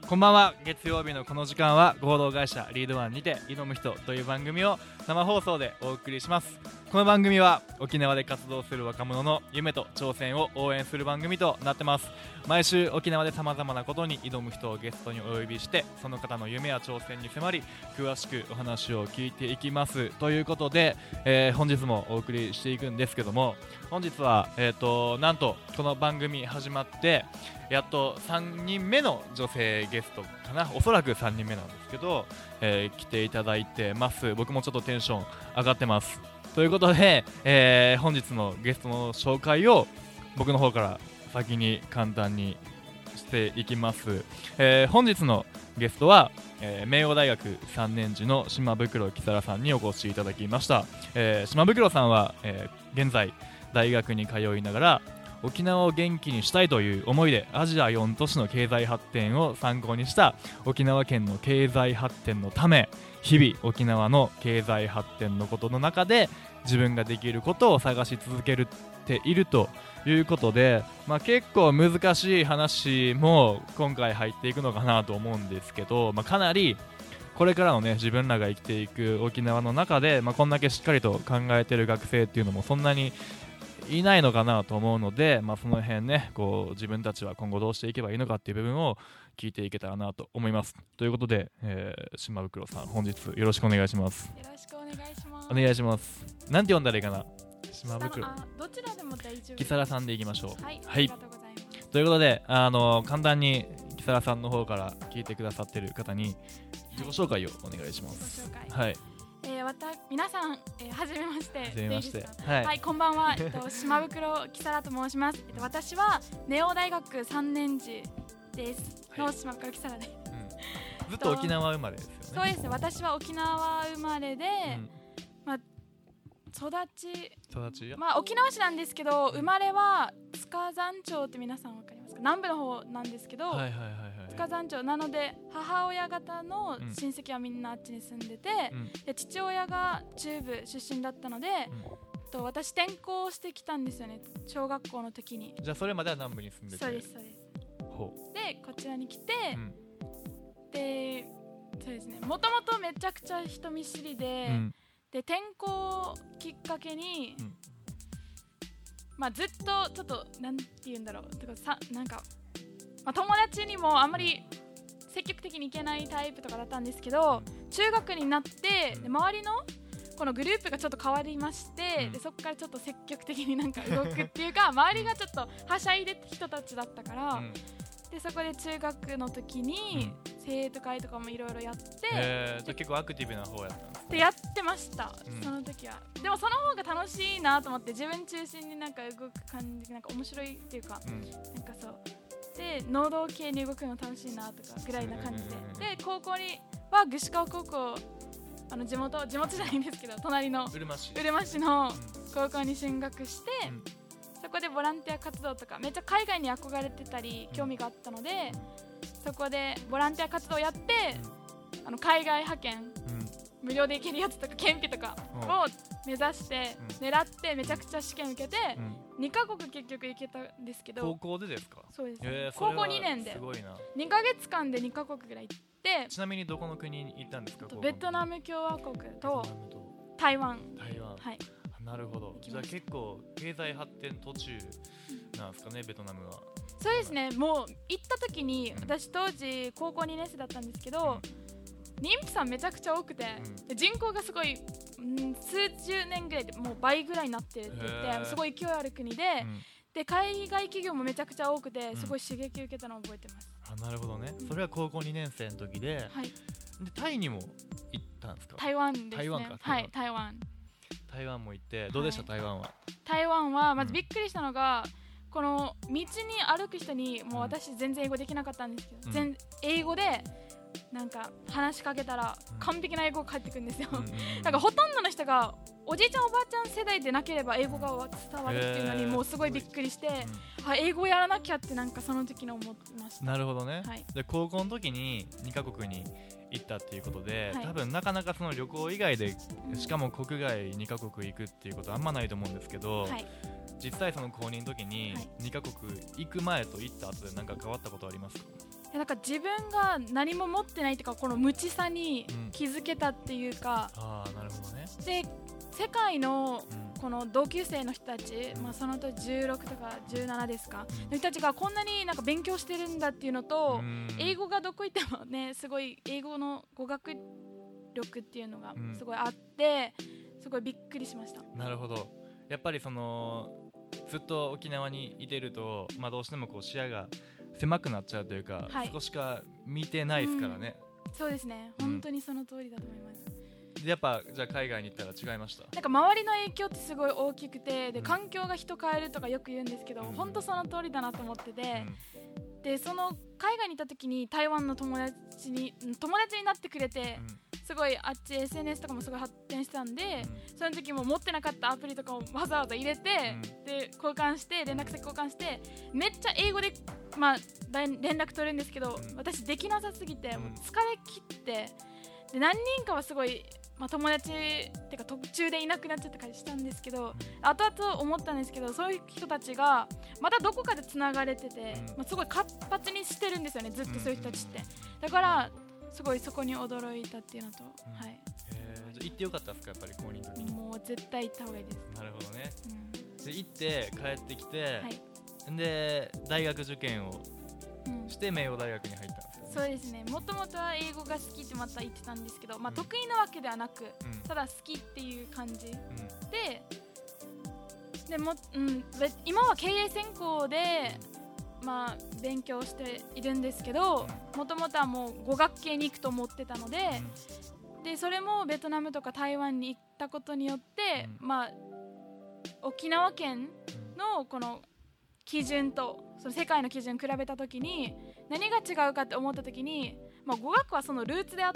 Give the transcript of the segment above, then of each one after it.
こんばんは。月曜日のこの時間は合同会社リードワンにて挑む人という番組を生放送でお送りします。この番組は沖縄で活動する若者の夢と挑戦を応援する番組となってます。毎週沖縄で様々なことに挑む人をゲストにお呼びして、その方の夢や挑戦に迫り詳しくお話を聞いていきますということで、本日もお送りしていくんですけども、本日は、なんとこの番組始まってやっと3人目の女性ゲストかな、おそらく3人目なんですけど、来ていただいてます。僕もちょっとテンション上がってます。ということで、本日のゲストの紹介を僕の方から先に簡単にしていきます。本日のゲストは、明桜大学3年次の島袋きさらさんにお越しいただきました。島袋さんは、現在大学に通いながら沖縄を元気にしたいという思いでアジア4都市の経済発展を参考にした沖縄県の経済発展のため、日々沖縄の経済発展のことの中で自分ができることを探し続けているということで、結構難しい話も今回入っていくのかなと思うんですけど、かなりこれからのね自分らが生きていく沖縄の中で、こんだけしっかりと考えてる学生っていうのもそんなにいないのかなと思うので、その辺ねこう自分たちは今後どうしていけばいいのかっていう部分を聞いていけたらなと思います。ということで、島袋さん本日よろしくお願いします。 よろしくお願いします。 お願いします。なんて呼んだらいいかな。島袋どちらでも大丈夫。 きさらさんでいきましょう。 はい、 はい、 ありがとうございます。 ということで簡単にきさらさんの方から聞いてくださってる方に自己紹介をお願いします。 自己紹介、 はい、 皆さん、はじめまして。 はじめまして。 はい、こんばんは。島袋きさらと申します。私はネオ大学3年次です。の島袋きさらです。 ずっと沖縄生まれですよね。 そうですね。私は沖縄生まれで、育ち沖縄市なんですけど、生まれは塚山町って皆さんわかりますか？南部の方なんですけど、塚山町なので母親方の親戚はみんなあっちに住んでて、で父親が中部出身だったので、私転校してきたんですよね、小学校の時に。 じゃあそれまでは南部に住んでて。 そうです。でこちらに来て、でそうですね、もともとめちゃくちゃ人見知りで、で転校きっかけに、ずっとちょっとなんて言うんだろうとかなんか、友達にもあんまり積極的に行けないタイプとかだったんですけど、中学になって、で周りのこのグループがちょっと変わりまして、でそこからちょっと積極的になんか動くっていうか周りがちょっとはしゃいで人たちだったから、でそこで中学の時に生徒会とかもいろいろやって、 じゃ結構アクティブな方やったんですね。 でやってました、その時は。でもその方が楽しいなと思って、自分中心になんか動く感じ、なんか面白いっていうか、なんかそうで能動系に動くの楽しいなとかぐらいな感じで、で高校には具志川高校、地元じゃないんですけど隣のうるま市の高校に進学して、そこでボランティア活動とかめっちゃ海外に憧れてたり興味があったので、そこでボランティア活動をやって、海外派遣、無料で行けるやつとか検否とかを目指して狙ってめちゃくちゃ試験受けて、2カ国結局行けたんですけど。 高校でですか？ そうです、高校2年ですごいな。 2ヶ月間で2カ国ぐらい行って。 ちなみにどこの国に行ったんですか？ ベトナム共和国と台湾。はい、 なるほど。じゃあ結構経済発展途中なんですかね、ベトナムは。 そうですね、もう行った時に、私当時高校2年生だったんですけど、妊婦さんめちゃくちゃ多くて、人口がすごい、数十年ぐらいでもう倍ぐらいになってるって言って、すごい勢いある国で、で海外企業もめちゃくちゃ多くて、すごい刺激受けたのを覚えてます。 なるほどね。それは高校2年生の時で、でタイにも行ったんですか？ 台湾ですね。はい、 台湾も行って、どうでした？台湾は。 台湾はまずびっくりしたのが、この道に歩く人に、もう私全然英語できなかったんですけど、英語でなんか話しかけたら完璧な英語が返ってくるんですよ。なんかほとんどの人がおじいちゃんおばあちゃん世代でなければ英語が伝わるっていうのにもうすごいびっくりして、英語やらなきゃってなんかその時に思ってました。 なるほどね。で高校の時に2カ国に行ったっていうことで、多分なかなかその旅行以外で、しかも国外2カ国行くっていうことあんまないと思うんですけど、実際その公認の時に2カ国行く前と行った後で何か変わったことありますか？ なんか自分が何も持ってないというかこの無知さに気づけたっていうか、 ああなるほどね。 で世界のこの同級生の人たち、その時16とか17ですか、の人たちがこんなになんか勉強してるんだっていうのと、英語がどこ行ってもねすごい英語の語学力っていうのがすごいあって、すごいびっくりしました。 なるほど。やっぱりそのずっと沖縄にいてると、どうしてもこう視野が狭くなっちゃうというか、そこしか見てないですからね。 そうですね、本当にその通りだと思います。 でやっぱじゃあ海外に行ったら違いました？ なんか周りの影響ってすごい大きくて、で環境が人変えるとかよく言うんですけど、本当その通りだなと思ってて、でその海外に行った時に台湾の友達になってくれて、すごいあっち SNS とかもすごい発展してたんで、その時も持ってなかったアプリとかをわざわざ入れて、で交換して連絡先交換して、めっちゃ英語で連絡取るんですけど、私できなさすぎてもう疲れ切って、で何人かはすごい友達ってか途中でいなくなっちゃったりしたんですけど、後々思ったんですけど、そういう人たちがまたどこかでつながれてて、すごい活発にしてるんですよね、ずっとそういう人たちって。だからすごいそこに驚いたっていうのと、はい。 じゃ行ってよかったですか、やっぱり公認の時？ もう絶対行った方がいいです。 なるほどね。で行って帰ってきて、で大学受験をして名誉大学に入ったんですよね。 そうですね、もともとは英語が好きってまた言ってたんですけど、得意なわけではなく、ただ好きっていう感じ、でも、今は経営専攻で、勉強しているんですけど、もともとはもう語学系に行くと思ってたので、でそれもベトナムとか台湾に行ったことによって、沖縄県のこの基準とその世界の基準比べたときに何が違うかって思ったときに、語学はそのルーツであって、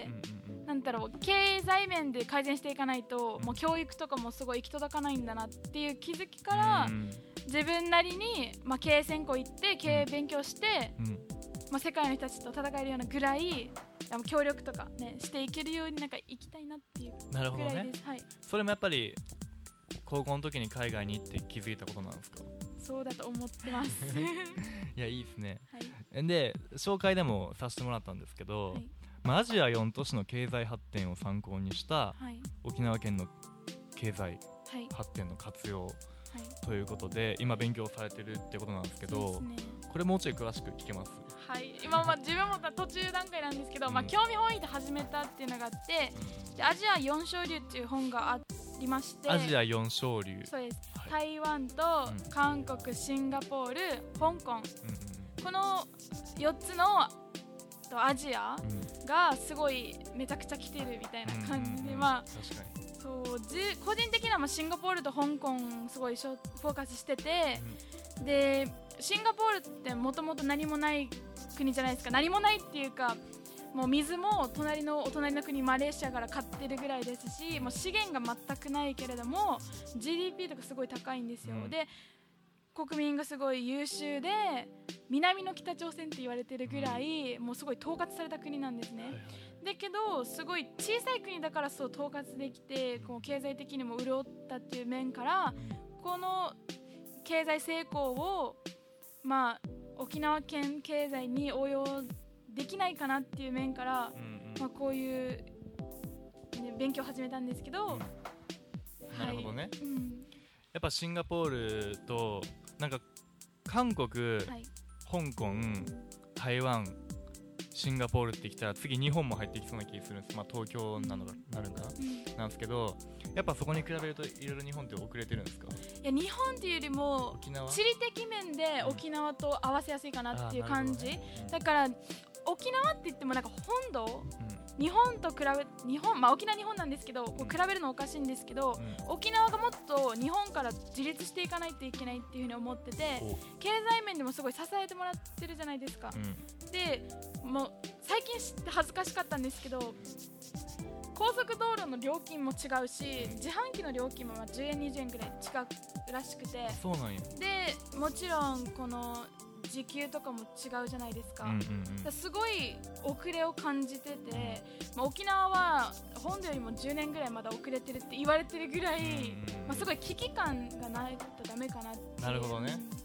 なんだろう、経済面で改善していかないと、もう教育とかもすごい行き届かないんだなっていう気づきから、自分なりに、経営専攻行って経営勉強して、世界の人たちと戦えるようなぐらい協力とか、していけるようになんか行きたいなっていうぐらいです。 なるほどね。それもやっぱり高校の時に海外に行って気づいたことなんですか？ そうだと思ってますいや、いいですね。で紹介でもさせてもらったんですけど、アジア4都市の経済発展を参考にした沖縄県の経済発展の活用ということで、今勉強されてるってことなんですけど、これもうちょい詳しく聞けます？ はい、今自分も途中段階なんですけど、興味本位で始めたっていうのがあって、でアジア4潮流っていう本がありまして、 アジア4潮流、 そうです、台湾と韓国、シンガポール、香港、この4つのアジアがすごいめちゃくちゃ来てるみたいな感じで、そう個人的にはシンガポールと香港すごいフォーカスしてて、でシンガポールってもともと何もない国じゃないですか。何もないっていうか、もう水もお隣の国マレーシアから買ってるぐらいですし、もう資源が全くないけれども GDP とかすごい高いんですよ、で国民がすごい優秀で南の北朝鮮って言われてるぐらい、もうすごい統括された国なんですね、だけどすごい小さい国だからそう統括できて、こう経済的にも潤ったっていう面から、この経済成功を沖縄県経済に応用できないかなっていう面から、こういう、勉強を始めたんですけど、 なるほどね、やっぱシンガポールとなんか韓国、香港、台湾、シンガポールってきたら次日本も入ってきそうな気がするんです。東京なのかなるんかな、なんですけど、やっぱそこに比べるといろいろ日本って遅れてるんですか？ いや、日本っていうよりも地理的面で沖縄と合わせやすいかなっていう感じ、だから沖縄って言ってもなんか本土、日本と比べ沖縄日本なんですけど、比べるのおかしいんですけど、沖縄がもっと日本から自立していかないといけないっていうふうに思ってて、経済面でもすごい支えてもらってるじゃないですか、でもう最近知って恥ずかしかったんですけど、高速道路の料金も違うし、自販機の料金も10円20円ぐらい違うらしくて、 そうなんや。 でもちろんこの時給とかも違うじゃないですか、すごい遅れを感じてて、沖縄は本土よりも10年ぐらいまだ遅れてるって言われてるぐらい、すごい危機感がないとダメかなって。 なるほどね、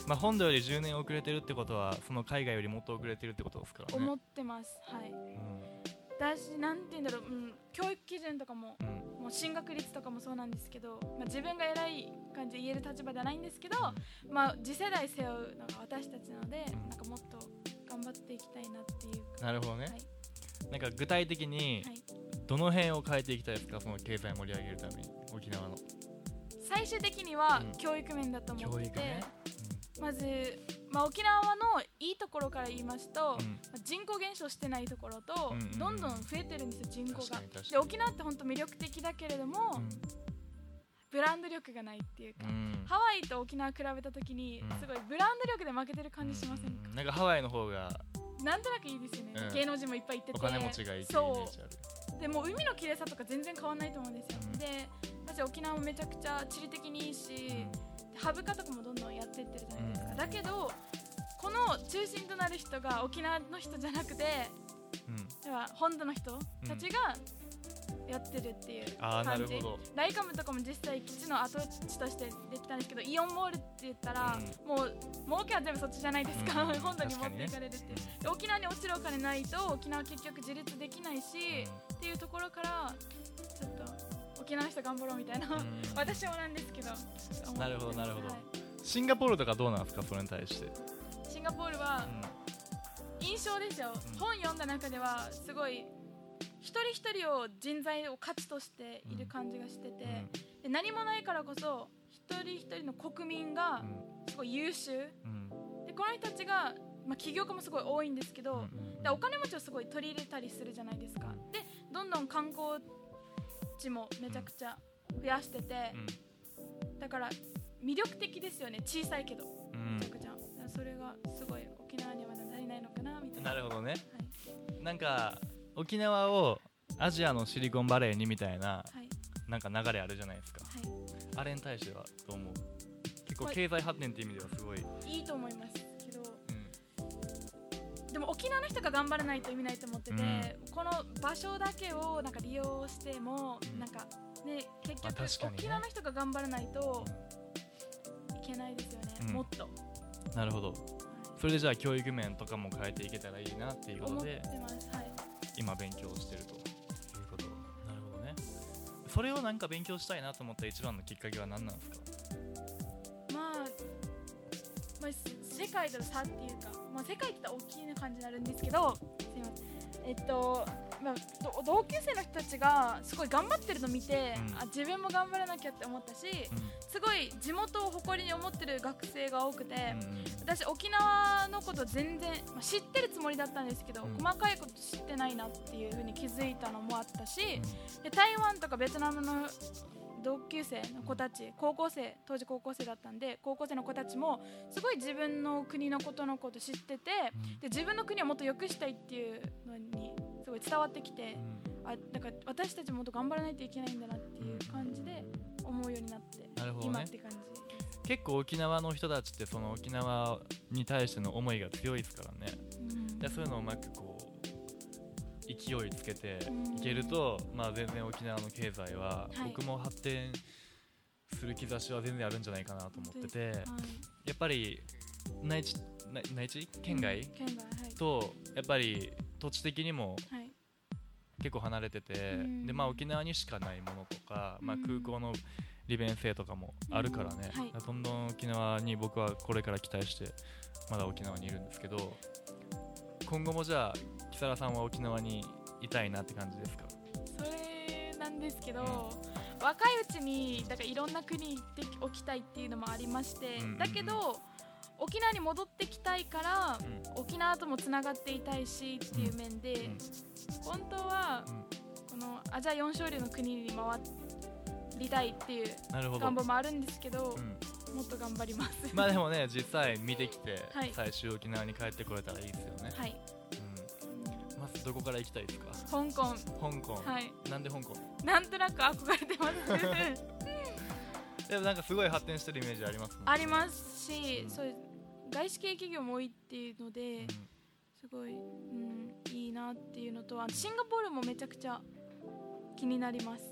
まあ、本土より10年遅れてるってことはその海外よりもっと遅れてるってことですからね。 思ってます。はい、だしなんて言うんだろう、教育基準とかも、もう進学率とかもそうなんですけど、まあ、自分が偉い感じで言える立場ではないんですけど、まあ、次世代背負うのが私たちなので、なんかもっと頑張っていきたいなっていうか。 なるほどね、 はい、 なんか具体的にどの辺を変えていきたいですか、その経済盛り上げるために沖縄の。 最終的には教育面だと思ってて、まず、まあ、沖縄のいいところから言いますと、人口減少してないところと、どんどん増えてるんですよ、人口が。で沖縄って本当魅力的だけれども、ブランド力がないっていうか、ハワイと沖縄比べた時にすごいブランド力で負けてる感じしませんか？ なんかハワイの方がなんとなくいいですよね、芸能人もいっぱい行ってて、 お金持ちがいいっていうイメージある。 でも海の綺麗さとか全然変わんないと思うんですよ、でマジ沖縄もめちゃくちゃ地理的にいいし、ハブ化とかもどんどんやっていってるじゃないですか、だけどこの中心となる人が沖縄の人じゃなくて、では本土の人たちがやってるっていう感じ。ライカムとかも実際基地の跡地として出てたんですけど、イオンモールって言ったら、もう儲けは全部そっちじゃないですか、本土に持っていかれるって、で沖縄に落ちるお金ないと沖縄結局自立できないし、っていうところからちょっと沖縄の人頑張ろうみたいな、私もなんですけど。 なるほどなるほど、シンガポールとかどうなんですか、それに対して。 シンガポールは、印象ですよ、本読んだ中ではすごい一人一人を人材を価値としている感じがしてて、で何もないからこそ一人一人の国民がすごい優秀、でこの人たちが、まあ、起業家もすごい多いんですけど、でお金持ちをすごい取り入れたりするじゃないですか、でどんどん観光地もめちゃくちゃ増やしてて、だから魅力的ですよね、小さいけど、めちゃくちゃ。それがすごい沖縄には足りないのかなみたいな。 なるほどね、なんか沖縄をアジアのシリコンバレーにみたいな、なんか流れあるじゃないですか、あれに対してはどう思う？結構経済発展っていう意味ではすごいいいと思いますけど、でも沖縄の人が頑張らないと意味ないと思ってて、この場所だけをなんか利用しても、なんかね、結局沖縄の人が頑張らないといけないですよね、もっと。 なるほど、それでじゃあ教育面とかも変えていけたらいいなっていうことで今勉強してるということ。なるほどね。それをなんか勉強したいなと思った一番のきっかけは何なんですか？まあ世界との差っていうか、まあ、世界って言ったら大きいな感じになるんですけど、すいません、まあ、同級生の人たちがすごい頑張ってるのを見て、自分も頑張らなきゃって思ったし、すごい地元を誇りに思ってる学生が多くて、私沖縄のこと全然、まあ、知ってるつもりだったんですけど、細かいこと知ってないなっていう風に気づいたのもあったし、で台湾とかベトナムの同級生の子たち、当時高校生だったんで、高校生の子たちもすごい自分の国のこと知ってて、で自分の国をもっと良くしたいっていうのにすごい伝わってきて、だから私たちもっと頑張らないといけないんだなっていう感じで思うようになって、今って感じ。 結構沖縄の人たちってその沖縄に対しての思いが強いですからね、でそういうのをうまくこう勢いつけていけると、まあ、全然沖縄の経済は僕も発展する兆しは全然あるんじゃないかなと思ってて、やっぱり内地県外とやっぱり土地的にも結構離れてて、でまあ、沖縄にしかないものとか、まあ、空港の利便性とかもあるからね、どんどん沖縄に僕はこれから期待してまだ沖縄にいるんですけど、今後もじゃあ木更さんは沖縄にいたいなって感じですか？ それなんですけど、若いうちにだからいろんな国に行っておきたいっていうのもありまして、だけど沖縄に戻ってきたいから、沖縄ともつながっていたいしっていう面で、本当は、このアジア4小龍の国に回りたいっていう願望もあるんですけど、もっと頑張ります。 まあでもね、実際見てきて、最終沖縄に帰ってこれたらいいですよね。まずどこから行きたいですか？ 香港。 なんで香港？ なんとなく憧れてますでもなんかすごい発展してるイメージありますもんね。 ありますし、そういう外資系企業も多いっていうので、すごい、いいなっていうのと、シンガポールもめちゃくちゃ気になります。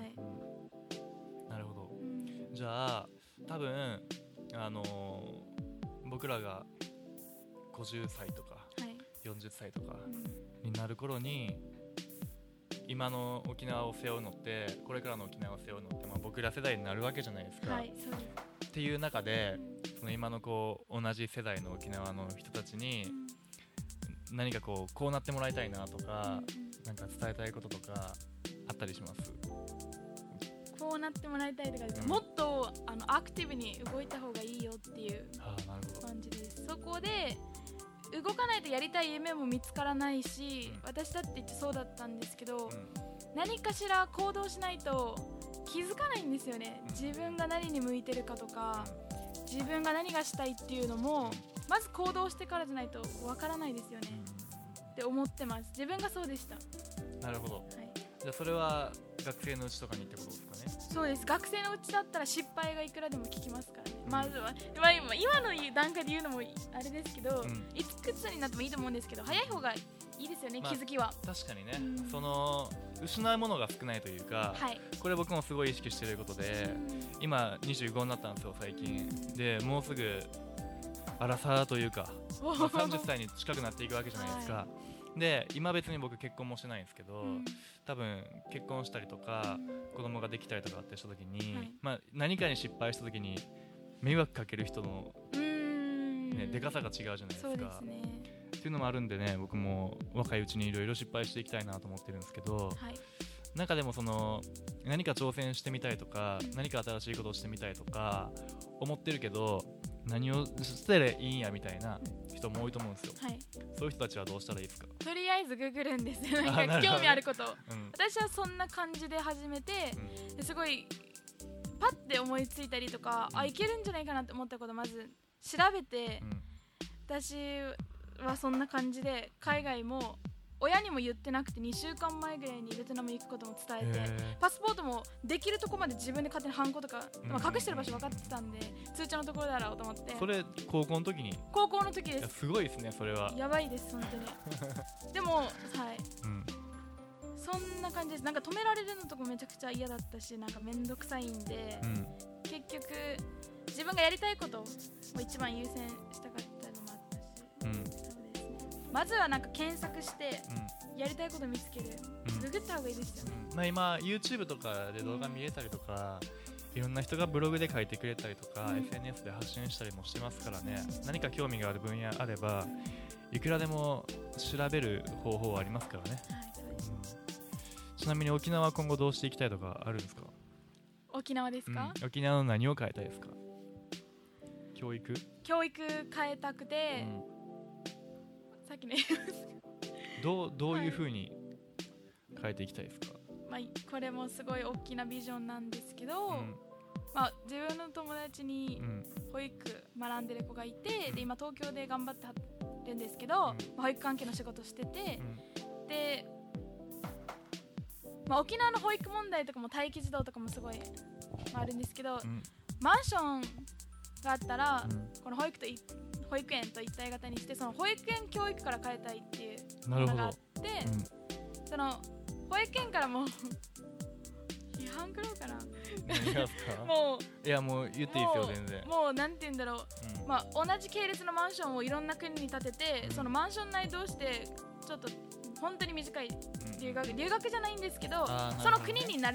なるほど。じゃあ多分僕らが50歳とか、はい、40歳とかになる頃に、今の沖縄を背負うのってこれからの沖縄を背負うのって、僕ら世代になるわけじゃないですか、はい、そうです。っていう中で、その今のこう同じ世代の沖縄の人たちに何かこうなってもらいたいなとか、なんか伝えたいこととかあったりします？ こうなってもらいたいとか、もっとアクティブに動いた方がいいよっていう感じです。そこで動かないとやりたい夢も見つからないし、私だって言ってそうだったんですけど、何かしら行動しないと気づかないんですよね。自分が何に向いてるかとか、自分が何がしたいっていうのもまず行動してからじゃないとわからないですよねって思ってます。自分がそうでした。なるほど、はい、 じゃあそれは学生のうちとかにってことですかね？ そうです。学生のうちだったら失敗がいくらでも聞きますからね。まずは、今の段階で言うのもあれですけど、いくつになってもいいと思うんですけど、早い方がいいですよね、気づきは。 確かにね、その失うものが少ないというか、はい、これ僕もすごい意識していることで、今25になったんですよ最近、でもうすぐアラサーというか、30歳に近くなっていくわけじゃないですか、はい、で今別に僕結婚もしてないんですけど、多分結婚したりとか、子供ができたりとかってした時に、はい、何かに失敗した時に迷惑かける人の、でかさが違うじゃないですか。そうですね。っていうのもあるんでね、僕も若いうちにいろいろ失敗していきたいなと思ってるんですけど、はい、中でもその何か挑戦してみたいとか、何か新しいことをしてみたいとか思ってるけど、何をしたらいいんやみたいな人も多いと思うんですよ、はい、そういう人たちはどうしたらいいですか？ とりあえずググるんですよ。なんか興味あること、私はそんな感じで始めて、すごいパッて思いついたりとか、いけるんじゃないかなって思ったことをまず調べて、私はそんな感じで海外も親にも言ってなくて、2週間前ぐらいにベトナム行くことも伝えて、パスポートもできるとこまで自分で勝手にハンコとか、隠してる場所分かってたんで、通帳のところだろうと思って。 それ高校の時に？ 高校の時です。 すごいですね、それは。 やばいです本当に。でもはい、そんな感じです。なんか止められるのとかめちゃくちゃ嫌だったし、なんかめんどくさいんで、結局自分がやりたいことを一番優先したかったのもあったし、そうですね、まずはなんか検索してやりたいこと見つける、ググった方がいいですよね。 今 YouTube とかで動画見れたりとか、いろんな人がブログで書いてくれたりとか、SNS で発信したりもしてますからね、何か興味がある分野あれば、いくらでも調べる方法はありますからね。ちなみに沖縄は今後どうしていきたいとかあるんですか？ 沖縄ですか？ 沖縄の何を変えたいですか？教育変えたくて、さっきねどういう風に変えていきたいですか？ これもすごい大きなビジョンなんですけど、自分の友達に保育学んでる子がいて、で今東京で頑張ってるんですけど、保育関係の仕事してて、で、沖縄の保育問題とかも待機児童とかもすごいあるんですけど、マンションがあったら、この保育園と一体型にして、その保育園教育から変えたいっていうのがあって、その保育園からも批判くらうかな。 何がですか？いやもう言っていいですよ全然。 もうなんて言うんだろう、同じ系列のマンションをいろんな国に建てて、そのマンション内同士でちょっと本当に短い留学じゃないんですけど、その国に行って、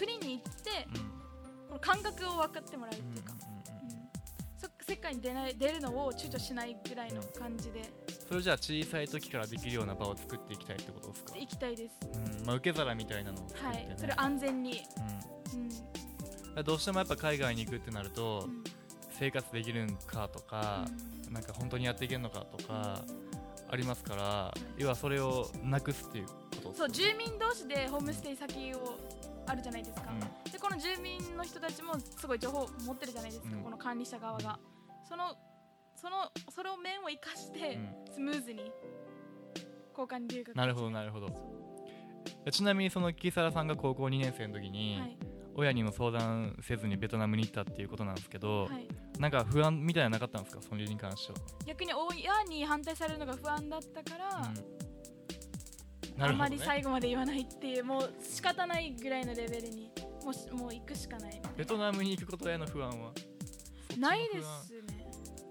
この感覚を分かってもらうっていうか、世界に出るのを躊躇しないぐらいの感じで。 それじゃあ小さい時からできるような場を作っていきたいってことですか？ 行きたいです。 受け皿みたいなのを作ってね。 それ安全に、 どうしてもやっぱ海外に行くってなると、生活できるんかとか、なんか本当にやっていけるのかとかありますから、要はそれをなくすっていうことです。 そう、住民同士でホームステイ先をあるじゃないですか、でこの住民の人たちもすごい情報を持ってるじゃないですか、この管理者側が、それを面を生かしてスムーズに交換に留学。 なるほどなるほど。ちなみにその木更さんが高校2年生の時に、親にも相談せずにベトナムに行ったっていうことなんですけど、なんか不安みたいなのなかったんですか、それに関しては？ 逆に親に反対されるのが不安だったから、あんまり最後まで言わないっていう、もう仕方ないぐらいのレベルにもう行くしかない。 ベトナムに行くことへの不安は？ ないですね。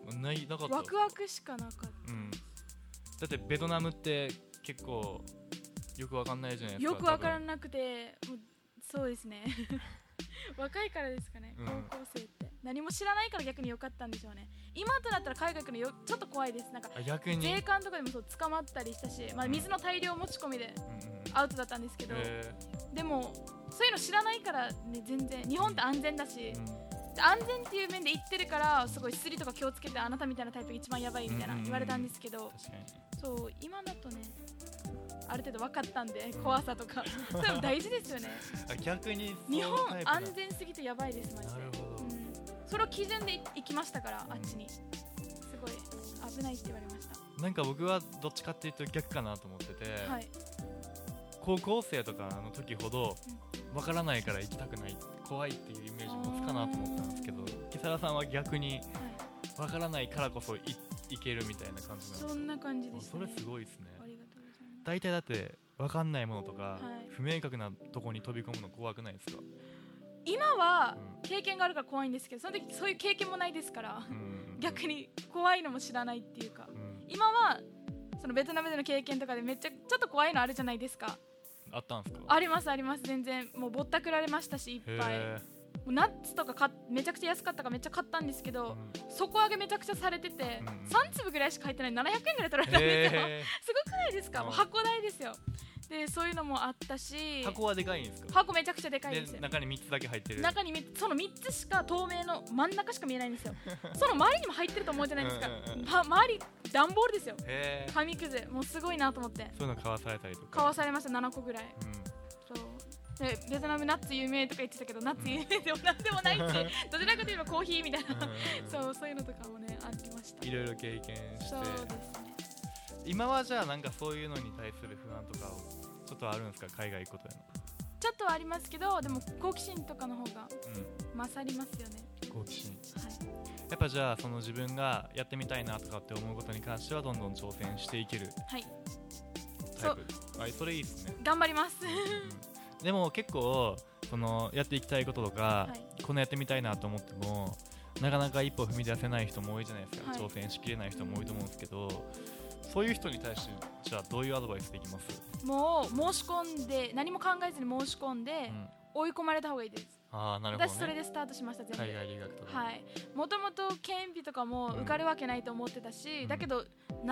なかった。 ワクワクしかなかった、 うん、だってベトナムって結構よくわかんないじゃないですか。 よくわからなくて、もうそうですね若いからですかね、高校生って何も知らないから逆に良かったんでしょうね。今となったら海外行くのちょっと怖いです。なんか逆に税関とかでもそう捕まったりしたし、まあ、水の大量持ち込みでアウトだったんですけど、でもそういうの知らないからね、全然日本って安全だし、安全っていう面で言ってるからすごいスリとか気をつけて、あなたみたいなタイプが一番やばいみたいな言われたんですけど、そう今だとねある程度分かったんで、怖さとかそれも大事ですよね。 逆に日本安全すぎてやばいですマジで。 なるほど、 それを基準で行きましたから、あっちにすごい危ないって言われました。 なんか僕はどっちかっていうと逆かなと思ってて、 はい、 高校生とかの時ほど分からないから行きたくない、怖いっていうイメージ持つかなと思ったんですけど、木更さんは逆に分からないからこそ行けるみたいな感じなんですか。 そんな感じでした、ね、 それすごいですね。 ありがとうございます。 大体だって分かんないものとか、不明確なとこに飛び込むの怖くないですか。 今は経験があるから怖いんですけど、その時そういう経験もないですから、逆に怖いのも知らないっていうか、今はそのベトナムでの経験とかでめっちゃちょっと怖いのあるじゃないですか。 あったんですか。 ありますあります、全然もうぼったくられましたし、いっぱい。もうナッツとかめちゃくちゃ安かったからめっちゃ買ったんですけど、底上げめちゃくちゃされてて、3粒ぐらいしか入ってない700円ぐらい取られたんですよ。すごくないですか。もう箱代ですよ。でそういうのもあったし。 箱はでかいんですか。 箱めちゃくちゃでかいですよ。 中に3つだけ入ってる。 中にその3つしか透明の真ん中しか見えないんですよその周りにも入ってると思うじゃないですか周り段ボールですよ。紙くず、もうすごいなと思って。 そういうの買わされたりとか。 買わされました、7個ぐらい、そうでベトナムナッツ有名とか言ってたけど、ナッツ有名でもなんでもないしどちらかといえばコーヒーみたいなそういうのとかもねありました。 いろいろ経験して。 そうですね。 今はじゃあなんかそういうのに対する不安とかちょっとあるんですか。海外行くことへの。 ちょっとはありますけど、でも好奇心とかの方が勝りますよね。 好奇心、 はい、 やっぱじゃあその自分がやってみたいなとかって思うことに関してはどんどん挑戦していけるタイプ。それいいですね。 頑張りますでも結構そのやっていきたいこととか、このやってみたいなと思ってもなかなか一歩踏み出せない人も多いじゃないですか、挑戦しきれない人も多いと思うんですけど、そういう人に対してじゃあどういうアドバイスできます？ もう申し込んで、何も考えずに申し込んで、追い込まれた方がいいです。 なるほどね。 私それでスタートしました。全部海外留学とか、 もともと検費とかも受かるわけないと思ってたし、だけど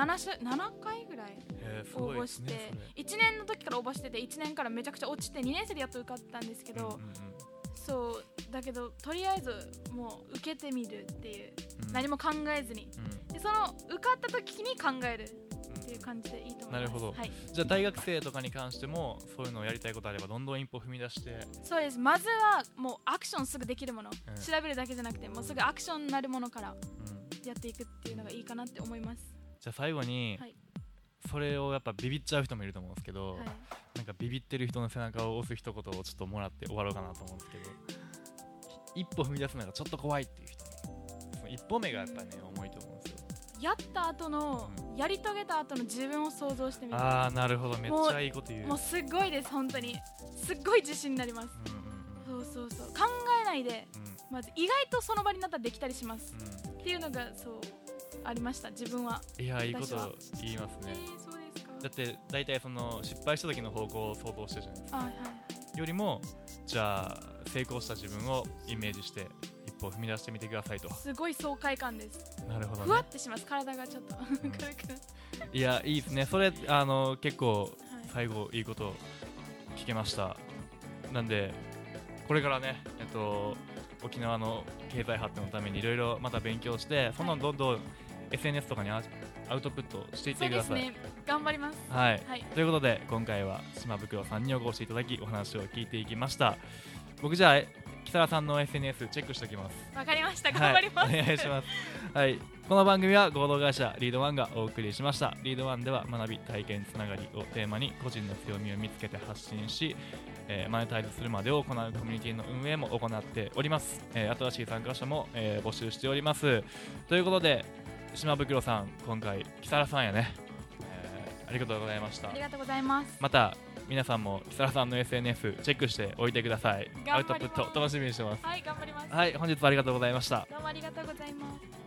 7回ぐらい応募して、1年の時から応募してて、1年からめちゃくちゃ落ちて2年生でやっと受かったんですけど、そうだけどとりあえずもう受けてみるっていう、何も考えずに、でその受かった時に考えるっていう感じでいいと思います。 なるほど、じゃあ大学生とかに関してもそういうのをやりたいことあればどんどん一歩踏み出して。 そうです。まずはもうアクションすぐできるもの、調べるだけじゃなくてもうすぐアクションになるものからやっていくっていうのがいいかなって思います。 じゃあ最後に、それをやっぱビビっちゃう人もいると思うんですけど、なんかビビってる人の背中を押す一言をちょっともらって終わろうかなと思うんですけど、一歩踏み出すのがちょっと怖いっていう人に、その一歩目がやっぱね重いと思うんですよ。 やった後の、やり遂げた後の自分を想像してみる。 なるほど、めっちゃいいこと言う。 もうすごいです、本当にすっごい自信になります。そう考えないで、まず意外とその場になったらできたりします、っていうのがそうありました、自分は。 いや、いいこと言いますね。 そうですか。 だって大体その失敗した時の方向を想像してるじゃないですか、よりもじゃあ成功した自分をイメージして一歩踏み出してみてくださいと。 すごい爽快感です。 なるほどね。 ふわってします、体がちょっと軽く。 いや、いいですね。それ結構最後いいこと聞けました。なんでこれからね、沖縄の経済発展のためにいろいろまた勉強して、そんなのどんどん SNS とかにアウトプットしていってください。 そうですね、頑張ります。 ということで今回は島袋さんにお越しいただきお話を聞いていきました。僕じゃあ木更さんの SNS チェックしておきます。 わかりました、頑張ります。 お願いします。この番組は合同会社リードワンがお送りしました。リードワンでは学び、体験、つながりをテーマに個人の強みを見つけて発信し、マネタイズするまでを行うコミュニティの運営も行っております。新しい参加者も、募集しております。ということで島袋さん、今回木更さんやね、ありがとうございました。 ありがとうございます。 また皆さんも木更さんの SNS チェックしておいてください。アウトプット楽しみにしてます。 頑張ります。 本日はありがとうございました。 どうもありがとうございます。